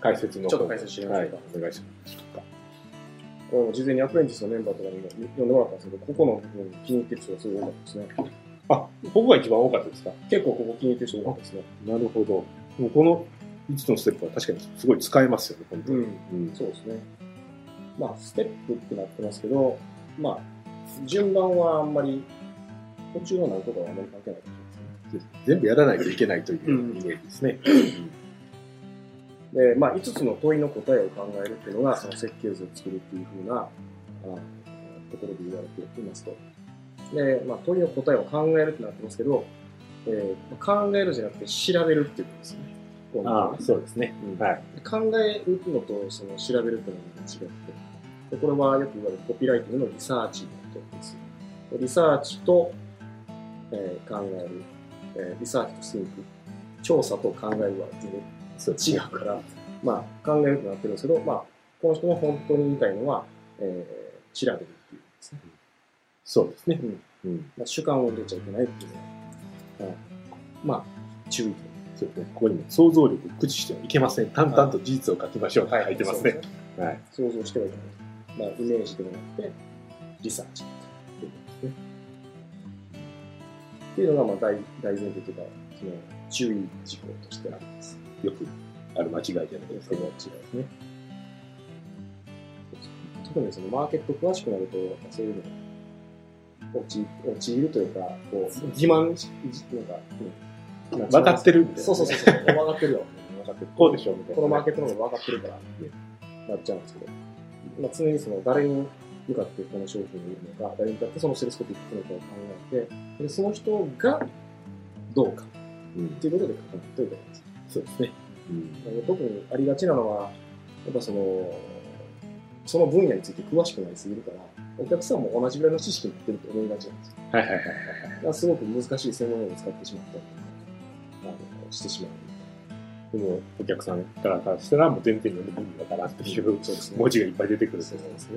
解説のちょっと解説してみましょうか。 はい、お願いします。 事前にアプレンティスのメンバーとかにも呼んでもらったんですけど、ここの部分気に入ってる人がすごい多かったですね。 あ、ここが一番多かったですか？ 結構ここ気に入ってる人多かったですね。 なるほど。もうこの5つのステップは確かにすごい使えますよね、本当に。 そうですね。まあ、ステップってなってますけど、まあ、順番はあんまり、途中の何個かはあんまり関係ないかもしれないですね。 全部やらないといけないというイメージですね。 で、まあ、5つの問いの答えを考えるっていうのが、その設計図を作るっていうふうなところで言われていますと。で、まあ、問いの答えを考えるってなってますけど、考えるじゃなくて調べるっていうことですね。 ああ、そうですね。はい。 考えるのとその調べるっていうのが違って、でこれはよく言われるコピーライティングのリサーチのことです。リサーチと、考える、リサーチとシンク、調査と考えるは全然違うから、まあ、考えるとなってるんですけど、まあ、この人も本当に言いたいのは、調べるっていうんですね。 そうですね。 まあ、主観を入れちゃいけないっていうのは、まあ、注意点。 そうですね。ここにも想像力を駆使してはいけません。淡々と事実を書きましょうって書いてますね。はい。 想像してはいけない。まあ、イメージではなくて、リサーチっていうことですね。っていうのが、まあ、大前提というか、その注意事項としてあります。 よくある間違いじゃないですか。 間違いですね。特にそのマーケット詳しくなると、そういうの陥るというか、こう、欺瞞、なんか、 分かってるみたいな。 そう。分かってるよ。分かってる。 こうでしょみたいな。 このマーケットの方が分かってるから、なっちゃうんですけど、まあ、常にその誰に向かってこの商品を売るのか、誰に向かってそのセールスコピーを書くのかを考えて、でその人がどうか、っていうことで書かないといけないです。 そうですね。 特にありがちなのは、やっぱその分野について詳しくなりすぎるから、お客さんも同じぐらいの知識を持ってると思いがちなんですよ。 はい。 だからすごく難しい専門用語を使ってしまったりとか、してしまう。 でも、お客さんからしたら、もう全然読んで意味わからんっていう文字がいっぱい出てくると思いますね。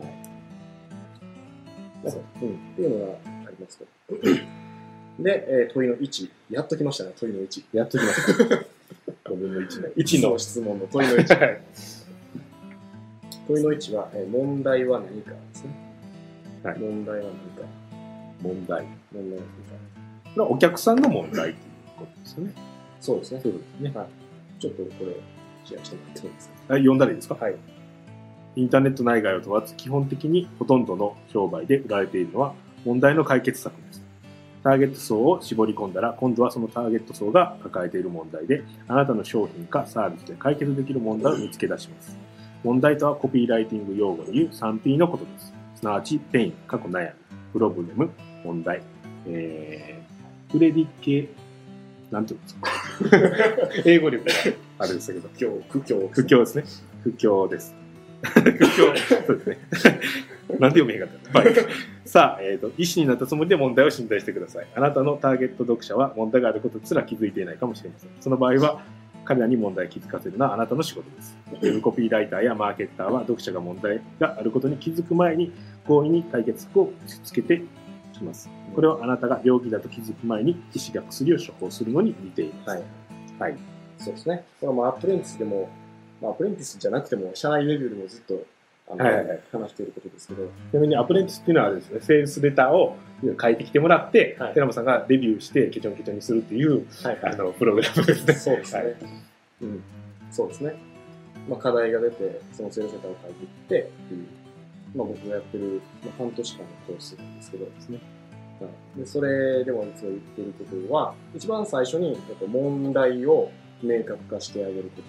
っていうのがありますと。で、問いの1。やっときましたね、問いの1。 やっときました。5分の1の 1の質問の問いの1。問いの1は、問題は何かですね。 はい。 問題は何か。 問題は何か。 これはお客さんの問題ということですよね。 そうですね。 そうですね。 はい。ちょっとこれ、シェアしてもらってもいいですか。 読んだらいいですか？ はい。 インターネット内外を問わず、基本的にほとんどの商売で売られているのは問題の解決策です。ターゲット層を絞り込んだら、今度はそのターゲット層が抱えている問題で、あなたの商品かサービスで解決できる問題を見つけ出します。問題とはコピーライティング用語でいう 3P のことです。すなわち、ペイン、過去悩み、プロブレム、問題、プレディケ、なんていうんですか英語力があれですけど、苦境ですね。苦境です。苦境、そうですね。なんて読めへんかった。はい。さあ、医師になったつもりで問題を診断してください。あなたのターゲット読者は問題があることすら気づいていないかもしれません。その場合は、彼らに問題を気づかせるのはあなたの仕事です。ウェブコピーライターやマーケッターは読者が問題があることに気づく前に強引に解決策を押し付けてきます。これはあなたが病気だと気づく前に医師が薬を処方するのに似ています。 はい。そうですね。これはアプレンティスでも、アプレンティスじゃなくても、社内レビューでもずっと話していることですけど。 ちなみにアプレンティスっていうのはですね、セールスレターを書いてきてもらって、寺本さんがレビューしてケチョンケチョンにするっていう、プログラムですね。 そうですね。そうですね。課題が出て、そのセールスレターを書いていってっていう、僕がやってる、半年間のコースなんですけどですね。でそれでもいつも言っていることは、一番最初に問題を明確化してあげること、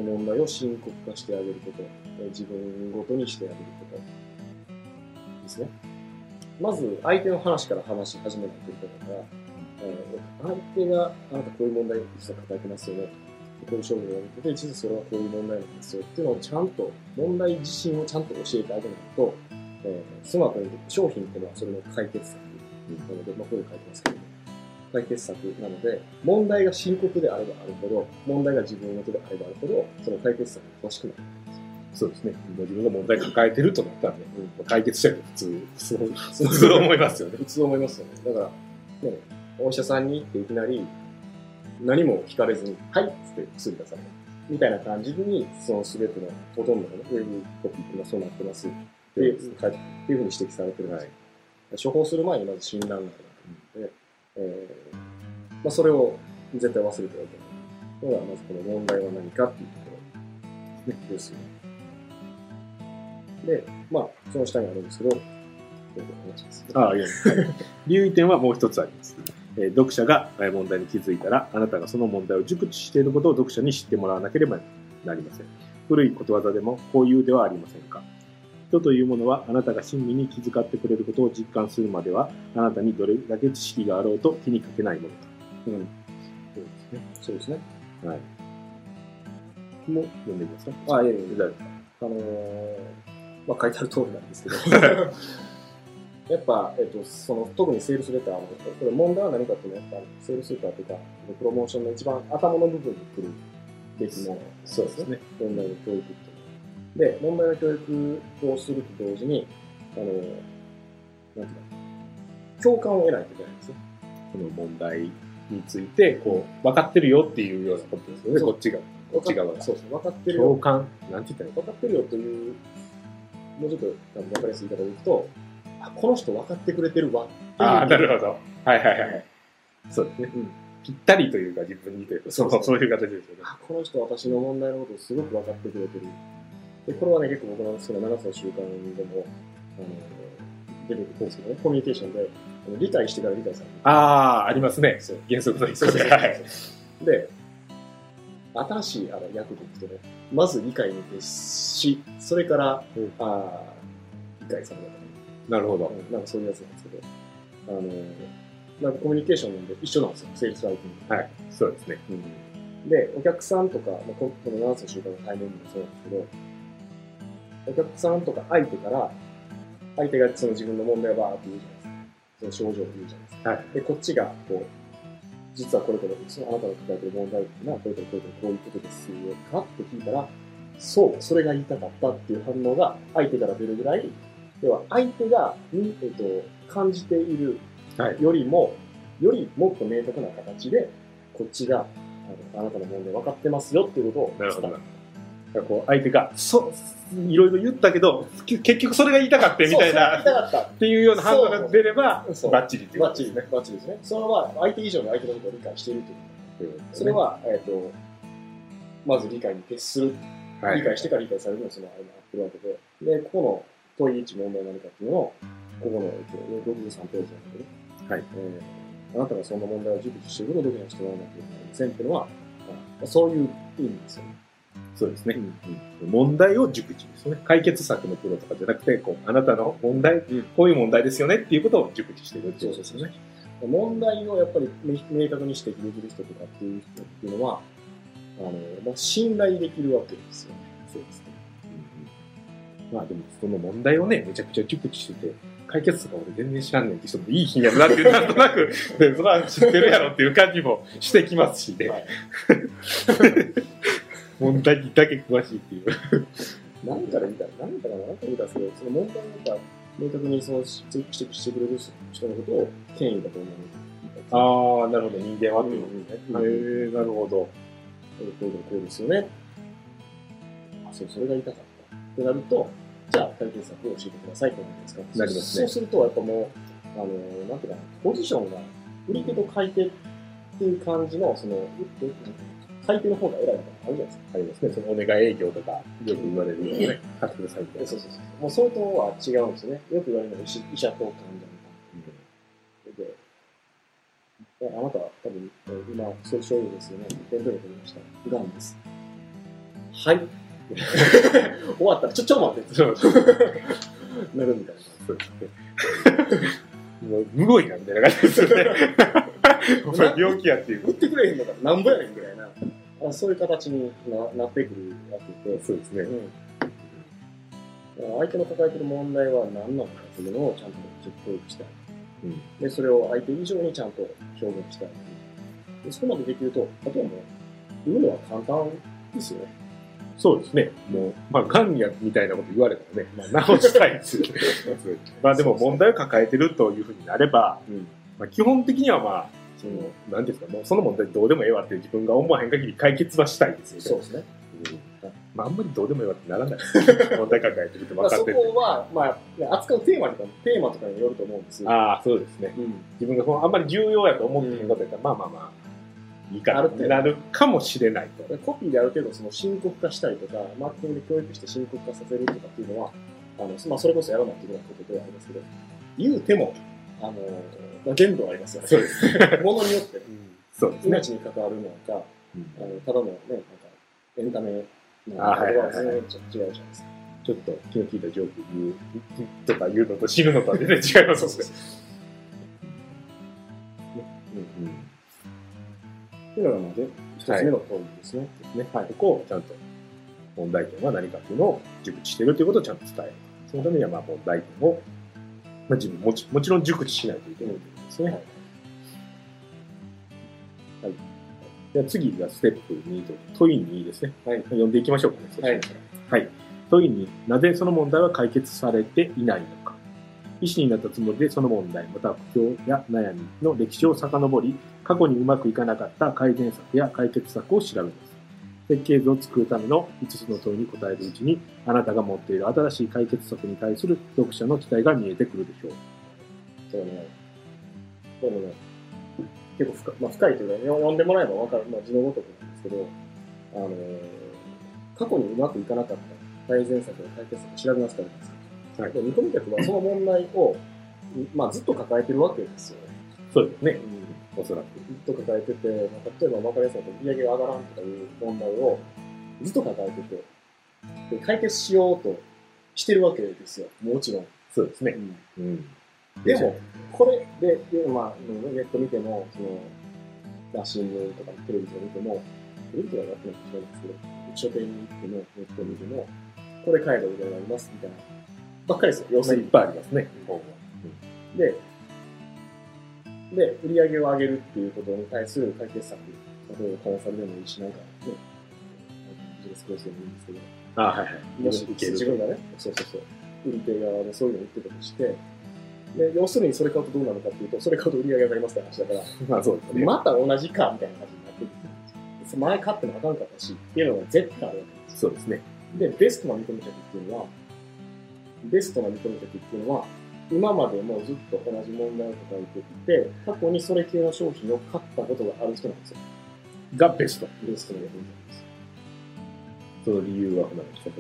問題を深刻化してあげること、自分ごとにしてあげることですね。まず、相手の話から話し始めないといけないから、相手があなたこういう問題を実は抱えてますよね。こういう商品を見てて、実はそれはこういう問題なんですよっていうのをちゃんと、問題自身をちゃんと教えてあげないと、その後に商品っていうのはそれの解決策なので、ここで書いてますけど、解決策なので、問題が深刻であればあるほど、問題が自分の手であればあるほど、その解決策が欲しくなる。 そうですね。自分が問題抱えてるとなったらね、解決したいと普通思いますよね。 普通思いますよね。だから、お医者さんに行っていきなり、何も聞かれずに、はいっつって薬出される。 みたいな感じに、その全てのほとんどのウェブコピーっていうのはそうなってますっていうふうに指摘されてるんですよ。処方する前にまず診断があるので、それを絶対忘れてはいけないのが、まずこの問題は何かっていうところですよね。で、その下にあるんですけど、 留意点はもう一つあります。読者が問題に気づいたら、あなたがその問題を熟知していることを読者に知ってもらわなければなりません。古いことわざでもこういうではありませんか。人というものはあなたが親身に気遣ってくれることを実感するまでは、あなたにどれだけ知識があろうと気にかけないものだ。 そうですね。 はい。もう読んでみますか。 書いてある通りなんですけど。やっぱ、その、特にセールスレターの、これ問題は何かっていうのは、やっぱ、セールスレターとか、プロモーションの一番頭の部分に来るべきもの。 そうですね。 問題の教育っていうのは。で、問題の教育をすると同時に、なんていうか、共感を得ないといけないんですよ。 この問題について、分かってるよっていうようなことですよね、こっち側が。 そうですね、分かってるよ。 共感、なんて言ったらいいの？ 分かってるよという、もうちょっと分かりやすい言い方で言うと、この人分かってくれてるわ。 なるほど。はい。そうですね。ぴったりというか自分にというか、そういう形ですよね。 この人私の問題のことをすごく分かってくれてる。で、これはね、結構僕の好きな7つの習慣でも、出てくるんですけどね、コミュニケーションで、理解してから理解される。 ありますね。原則の一個で。 で、新しい役でいくとね、まず理解に徹し、それから、理解される。 なるほど。 なんかそういうやつなんですけど、なんかコミュニケーションなんで一緒なんですよ、セールス相手に。 はい、そうですね。 で、お客さんとか、この7つの習慣の対面でもそうなんですけど、お客さんとか相手から、相手がその自分の問題をバーって言うじゃないですか。その症状を言うじゃないですか。で、こっちが、実はこれこれ、そのあなたが抱えている問題っていうのは、これこういうことですよかって聞いたら、そう、それが言いたかったっていう反応が相手から出るぐらい、では相手が、感じているよりも、もっと明確な形で、こっちがあなたの問題分かってますよっていうことを伝える。 相手が、いろいろ言ったけど、結局それが言いたかったみたいな、っていうような反応が出れば、バッチリっていうことですね。 バッチリですね。それは相手以上に相手のことを理解しているということ。それは、まず理解に徹する。理解してから理解されるのをそのあれがあってるわけで、で、ここの問い1問題なのかっていうのを、ここの63ページなんでね、あなたがそんな問題を熟知していることを読者にしてもらわなきゃいけないんですねっていうのは、そういう意味ですよね。 そうですね。問題を熟知ですよね。解決策のプロとかじゃなくて、あなたの問題、こういう問題ですよねっていうことを熟知しているっていうことですよね。 問題をやっぱり明確に指摘できる人とかっていう人っていうのは、信頼できるわけですよね。 そうですね。でも、その問題をね、めちゃくちゃ熟知してて、解決とか俺全然知らんねんって人もいい日やなっていう、なんとなく、それは知ってるやろっていう感じもしてきますしね。問題にだけ詳しいっていう。 何から見たんですけど、その問題を明確にその指摘してくれる人のことを権威だと思う。 なるほど、人間はっていうことですね。なるほど。 こうですよね。それが言いたかったってなると、じゃあ解決策を教えてくださいってなるんですか。 なりますね。 そうするとやっぱもうなんていうかな、ポジションが売り手と買い手っていう感じのその買い手の方が偉いみたいなのあるじゃないですか。 ありますね。そのお願い営業とかよく言われるよね。買ってくださいみたいな。 そう。もうそれとは違うんですよね。よく言われるのが医者と患者みたいな。あなたは多分今そういう症状ですよね。点取れてみました。がんです。はい。終わったらちょっと待って。なるみたいな。 そうですね。もうむごいなみたいな感じですよね。お前病気やっていう。 売ってくれへんのかなんぼやねんぐらいな。そういう形になってくるわけで。 そうですね。 相手の抱えている問題は何なのかというのをちゃんと教育したい。で、それを相手以上にちゃんと表現したい。でそこまでできると、あとはもう、売るのは簡単ですよね。 そうですね。もう、ガンやみたいなこと言われたらね、直したいですよね。でも問題を抱えてるというふうになれば、基本的にはなんですか、もうその問題どうでもええわって自分が思わへん限り解決はしたいですよね。 そうですね。 まあ、あんまりどうでもええわってならない。問題抱えてると分かってそる。 こは、扱うテーマとかによると思うんですよ。 ああ、そうですね。自分があんまり重要やと思ってへんことやったら、まあ、いいかなってなるかもしれないと。 コピーである程度その深刻化したりとか、マーケティングで教育して深刻化させるとかっていうのは、それこそやらないといけないことではありますけど、言うても、限度はありますよね。そうです。ものによって、 そうですね。 命に関わるのか、ただのね、エンタメの言葉は全然違うじゃないですか。 ちょっと気の利いたジョーク言うとか言うのと死ぬのとは全然違いますね。 っていうのがまず一つ目のポイントですね。 ここをちゃんと問題点は何かっていうのを熟知しているということをちゃんと伝える。そのためには問題点を、自分もちろん熟知しないといけないということですね。はい。では次がステップ2と問い2ですね。はい。読んでいきましょうかね。はい。問い2、なぜその問題は解決されていないのか。医師になったつもりでその問題、または苦境や悩みの歴史を遡り、過去にうまくいかなかった改善策や解決策を調べます。設計図を作るための5つの問いに答えるうちに、あなたが持っている新しい解決策に対する読者の期待が見えてくるでしょう。 そうね。結構深いというか、読んでもらえば分かる、字のごとくなんですけど、過去にうまくいかなかった改善策や解決策を調べますからです。はい、見込み客はその問題を、ずっと抱えてるわけですよね。 そうですね。おそらく。 ずっと抱えてて、例えば分かりやすいと売り上げが上がらんとかいう問題をずっと抱えてて、で解決しようとしてるわけですよ。もちろん。 そうですね。 でも、これで、ネット見ても、新聞とかテレビとか見ても、テレビとかやってないかもしれないですけど、書店に行っても、ネット見ても、これ買えば売り上げがあります、みたいな。ばっかりですよ。要するに。 いっぱいありますね。 で、売り上げを上げるっていうことに対する解決策、例えばコンサルでもいいし、ビジネスコースでもいいんですけど、もし自分がね、売り手側でそういうのを言ってたとして、で要するにそれ買うとどうなるかっていうと、それ買うと売り上げ上がりますって話だから、 そうですね、 また同じかみたいな感じになってくる。前買ってもあかんかったし、っていうのが絶対あるわけです。 そうですね。 で、ベストな見込み客っていうのは、今までもずっと同じ問題を抱えていて、過去にそれ系の商品を買ったことがある人なんですよ。 がベスト。 ベストな見込み客です。 その理由は何ですか？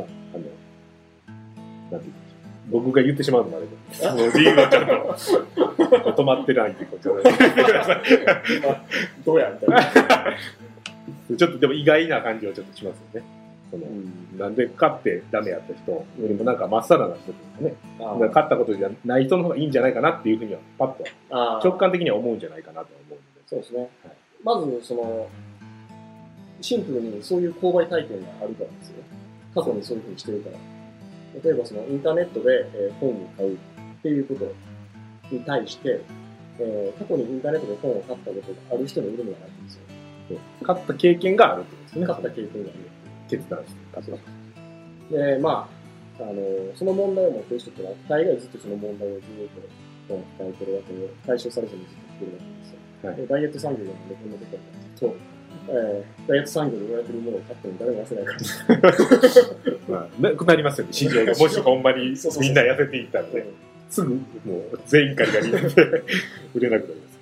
なんていうか。僕が言ってしまうのもあれだ。その理由はちゃんと止まってないってことで。 どうやみたいな。 ちょっとでも意外な感じはちょっとしますよね。なんで買ってダメやった人よりもなんかまっさらな人とかね、買ったことじゃない人の方がいいんじゃないかなっていうふうにはパッと直感的には思うんじゃないかなと思うので。 そうですね。はい、まずシンプルにそういう購買体験があるからですよね。過去にそういうふうにしてるから。例えばインターネットで本を買うっていうことに対して、過去にインターネットで本を買ったことがある人に売るのがないんですよ。 買った経験があるってことですね。 買った経験がある。 決断して買った。 で、その問題を持ってる人ってのは、大概ずっとその問題をずっと抱えてるわけで、解消されずにずっと来てるわけですよ。はい、でダイエット産業がなんでこんなことかというと、ダイエット産業で売られてるものを買っても誰も痩せないから。 なくなりますよね、市場が。もしほんまにみんな痩せていったらね、すぐもう全員ガリガリになって売れなくなります。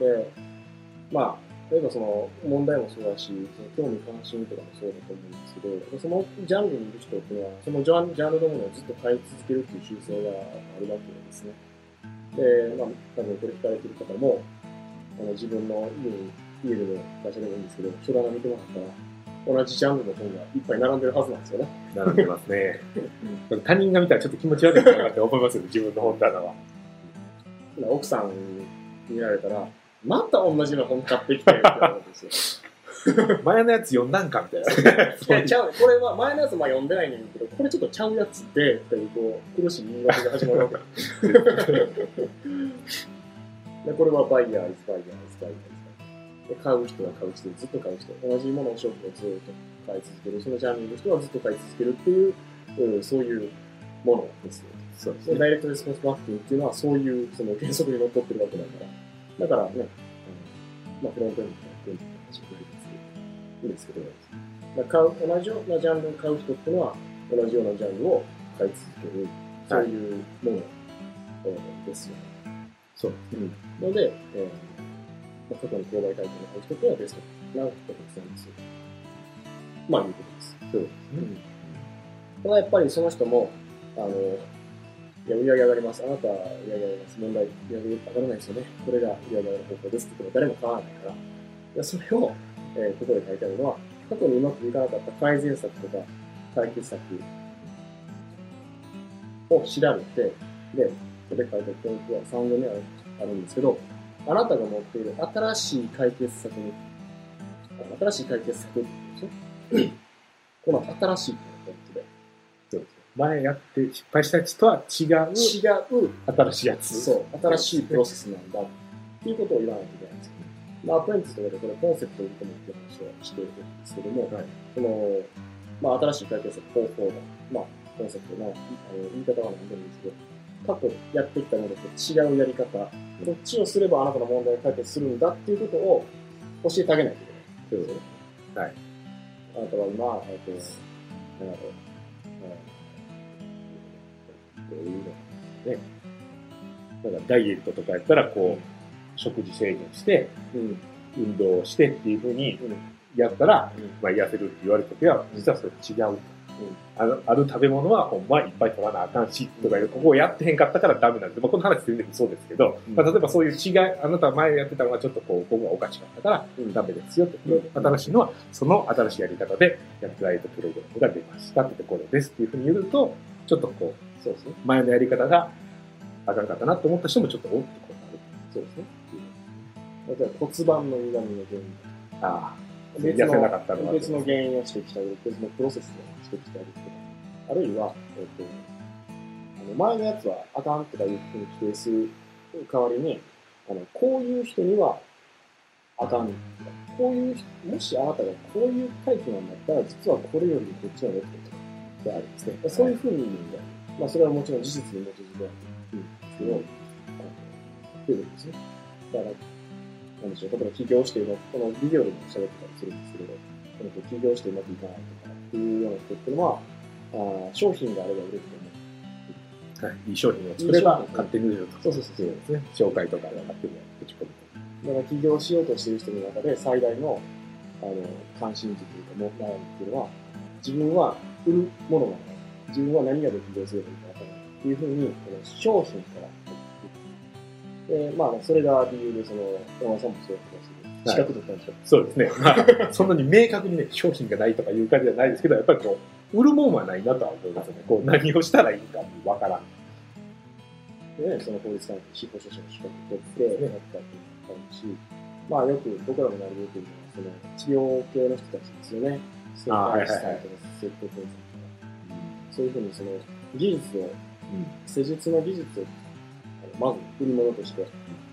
で、例えば問題もそうだし、興味関心とかもそうだと思うんですけど、そのジャンルにいる人っていうのは、そのジャンルのものをずっと買い続けるっていう習性があるわけですね。で、多分これ聞かれてる方も、自分の家でも会社でもいいんですけど、書棚見てもらったら、同じジャンルの本がいっぱい並んでるはずなんですよね。 並んでますね。他人が見たらちょっと気持ち悪いかなって思いますよね、自分の本棚は。 奥さんに見られたら、また同じの本買ってきてるって思うんですよ。 前のやつ読んだんかみたいな。 ちゃう、これは前のやつ読んでないねんけど、これちょっとちゃうやつで、っていう苦しい言い訳が始まるわけで、これはバイヤーイズバイヤーイズバイヤーイズ。で、買う人は買う人、ずっと買う人、同じものを商品をずっと買い続ける、そのジャンルの人はずっと買い続けるっていう、そういうものですよ。 そうですでダイレクトレスポンスマーケティングっていうのはそういうその原則にのっとってるわけだから、だからね、まあフロントエンドとかエンドとか話になりますいいんですけど、同じようなジャンルを買う人っていうのは同じようなジャンルを買い続ける、そういうもの、ですよね。 そうですね。 ので、過去に購買体験を買う人っていうのはベストな人たくさんですよ。まあいうことです。 そうですね。 ただやっぱりその人も、いや、売り上げ上がります。あなたは売り上げ上がります。問題、売り上げ上がらないですよね。これが売り上げ上がる方法ですって言っても誰も買わないから。いやそれを、ここで書いてあるのは、過去にうまくいかなかった改善策とか解決策を調べて、で、ここで書いてあるポイントは3、4にあるんですけど、あなたが持っている新しい解決策でしょこの新しいポイントで。 そうですね。前やって失敗したやつとは違う新しいやつ。 そう、新しいプロセスなんだっていうことを言わないといけないんですよ。まあ、アプレンティスとかでこれコンセプトを認めて話をしているんですけども、その、まあ、新しい解決策、方法が、まあ、コンセプトの言い方は何でもいいんですけど、過去やってきたものと違うやり方、こっちをすればあなたの問題を解決するんだっていうことを教えてあげないといけない。そうですね。はい。あなたは今、 どういうのね。だからダイエットとかやったら、こう、食事制限して、運動をしてっていうふうにやったら、まあ痩せるって言われた時は、実はそれ違う。ある食べ物はほんまいっぱい取らなあかんし、とかいう、ここをやってへんかったからダメなんです。まあこの話全然そうですけど、まあ例えばそういう違い、あなた前やってたのはちょっとここがおかしかったからダメですよって。新しいのは、その新しいやり方で、ダイエットプログラムが出ましたってこれですっていうふうに言うと、ちょっとこう、そうですね。前のやり方があかんかったなと思った人もちょっとおってことある。そうですね。 例えば骨盤の歪みの原因。 ああ。痩せなかったのは別の原因を指摘してあげる。別のプロセスを指摘してあげるとか。あるいは、前のやつはあかんとかいうふうに否定する代わりに、こういう人にはあかん。こういう人、もしあなたがこういうタイプなんだったら、実はこれよりこっちの方が良くてとかであるんですね。そういうふうに言うんで、まあそれはもちろん事実に基づいているんですけど、っていうことですね。だからなんでしょう、例えば起業してこのビデオでも喋ってたりするんですけど、起業してうまくいかないとかっていうような人っていうのは、商品があれば売れると思う。 はい、いい商品を作れば勝手に売れると。 そうですね。 紹介とかで勝手に打ち込むと。だから起業しようとしている人の中で最大の関心事というか悩みっていうのは、自分は売るものがない。自分は何がで起業すればいいかわからないっていうふうに、商品からまあ、それが理由で、山田さんもそうやってますけど、資格取ったんでしょ、 そうですね。まあ、そんなに明確にね、商品がないとかいう感じじゃないですけど、やっぱりこう、売るもんはないなとは思いますね。こう、何をしたらいいかわからん。 で、その法律関係、司法書士の資格取って、やったっていうのもあるし、まあ、よく、僕らの周りでよく言うのは、治療系の人たちですよね。生体師さんとか、セット検査とか、そういうふうに、技術を、施術の技術を、まず売り物として、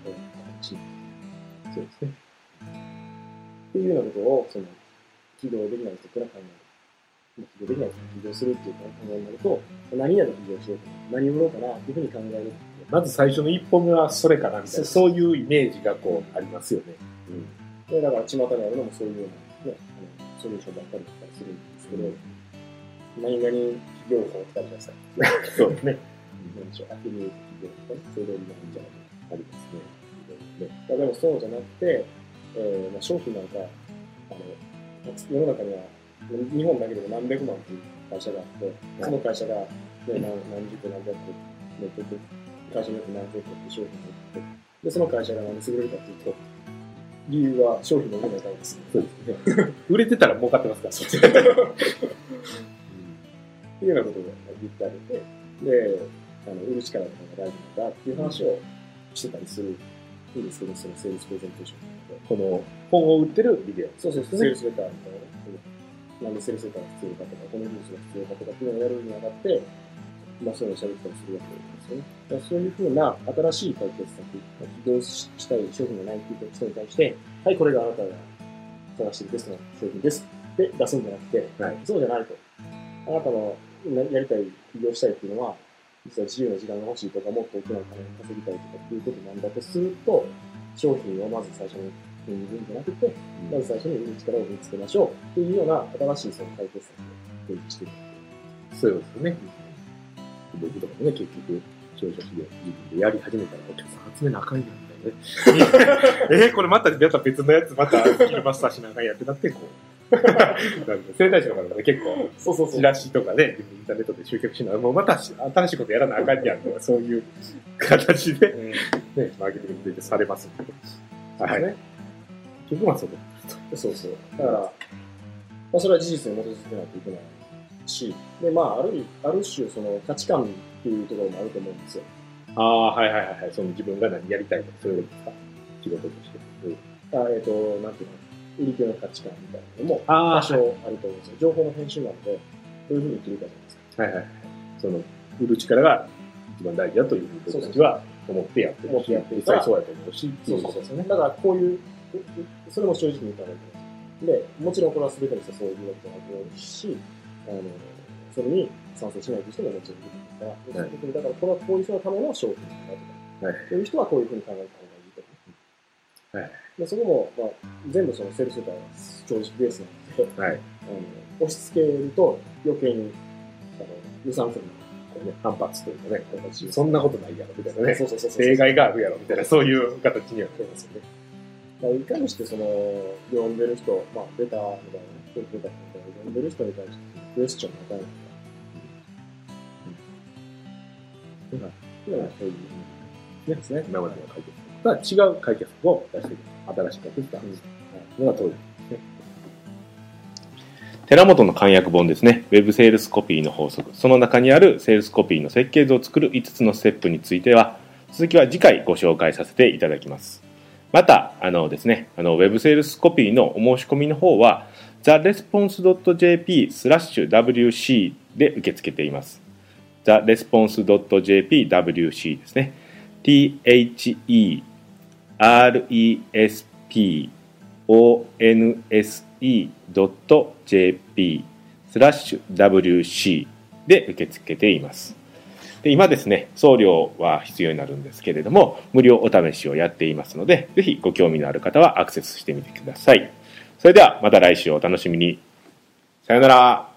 そうですね。っていうようなことを、起業できない人から考える。起業できない人が起業するっていう考えになると、何々起業しようかな、何を売ろうかな、っていうふうに考える。 まず最初の一歩目はそれかな、みたいな。そういうイメージがこう、ありますよね。 で、だから、巷にあるのもそういうような、ね、ソリューションばっかりだったりするんですけど、何々起業法を使ってください。 そうですね。 何でしょう、アフィリエイト企業とか、それでいいんじゃないかありますね。でもそうじゃなくて、商品なんか、世の中には、日本だけでも何百万という会社があって、その会社が、何十個何百個、会社によって何千個って商品を売って、で、その会社が何で優れるかというと、理由は商品の売れないからです。 そうですね。売れてたら儲かってますから、そうですね。 っていうようなことを言ってあげて、で、売る力とかが大事なんだっていう話をしてたりする。いいですけど、そのセールスプレゼンテーションで。 この本を売ってるビデオ。 そう、セールスレターみたいな。なんでセールスレターが必要かとか、この技術が必要かとかっていうのをやるにあたって、まあそういうのを喋ったりするわけですよね。だからそういうふうな新しい解決策、起業したい商品がないっていう人に対して、はい、これがあなたが探しているベストな商品です。で、出すんじゃなくて、はい、そうじゃないと。あなたのやりたい、起業したいっていうのは、 実は自由な時間が欲しいとか、もっと大きなお金を稼ぎたいとかっていうことなんだとすると、商品をまず最初に見るんじゃなくて、まず最初に売る力を見つけましょうっていうような新しいその解決策を提示していく。 そうですよね。僕とかもね、結局、商社事業自分でやり始めたらお客さん集めなあかんやんみたいなね。これまた別のやつ、またスキルマスターしなあかんやってなって、こう。生態師の方がね、結構、チラシとかね、インターネットで集客しながら、もうまた新しいことやらなあかんやんとか、そういう形で、ね、マーケティングでされますんで。はい。結局はそうだ。 そうそう。だから、まあ、それは事実に基づいてないといけないし、で、まあ、ある種、その価値観っていうところもあると思うんですよ。 ああ、はいはいはい。その自分が何やりたいとか、そういうことですか？仕事として。 なんていうの、売り手の価値観みたいなのも多少あると思うんですよ。情報の編集なので、どういうふうに生きるかじゃないですか。 はいはい。その、売る力が一番大事だというふうに僕たちは思ってやってるし、実際そうやと思うし、 そうですよね。だからこういう、それも正直に言ったらいけない。で、もちろんこれは全ての人そういうわけじゃないし、それに賛成しないという人ももちろんいるから、だからこれはこういう人のための商品だとか、はい、こういう人はこういうふうに考えた方がいいとか、はい、でそこも、まあ、全部そのセールスとかは正直ベースなので、はい、押し付けると余計に無産品の、ね、反発というかね、形そんなことないやろみたいなね、例外があるやろみたいな、そういう形にはなりますよね。いかにしてその読んでる人、まあ、ベターみたいな、ベターみたいな読んでる人に対してクエスチョンを与えるのか。そういうですね。 今までの解決とは違う解決を出していく。新しい解決があるのが当時ですね。寺本の簡約本ですね。ウェブセールスコピーの法則。その中にあるセールスコピーの設計図を作る5つのステップについては、続きは次回ご紹介させていただきます。また、ですね、ウェブセールスコピーのお申し込みの方は、theresponse.jp/wc で受け付けています。theresponse.jp/wc ですね。theresponse.jp/wc で受け付けています。で今ですね、送料は必要になるんですけれども、無料お試しをやっていますので、ぜひご興味のある方はアクセスしてみてください。それではまた来週お楽しみに。さよなら。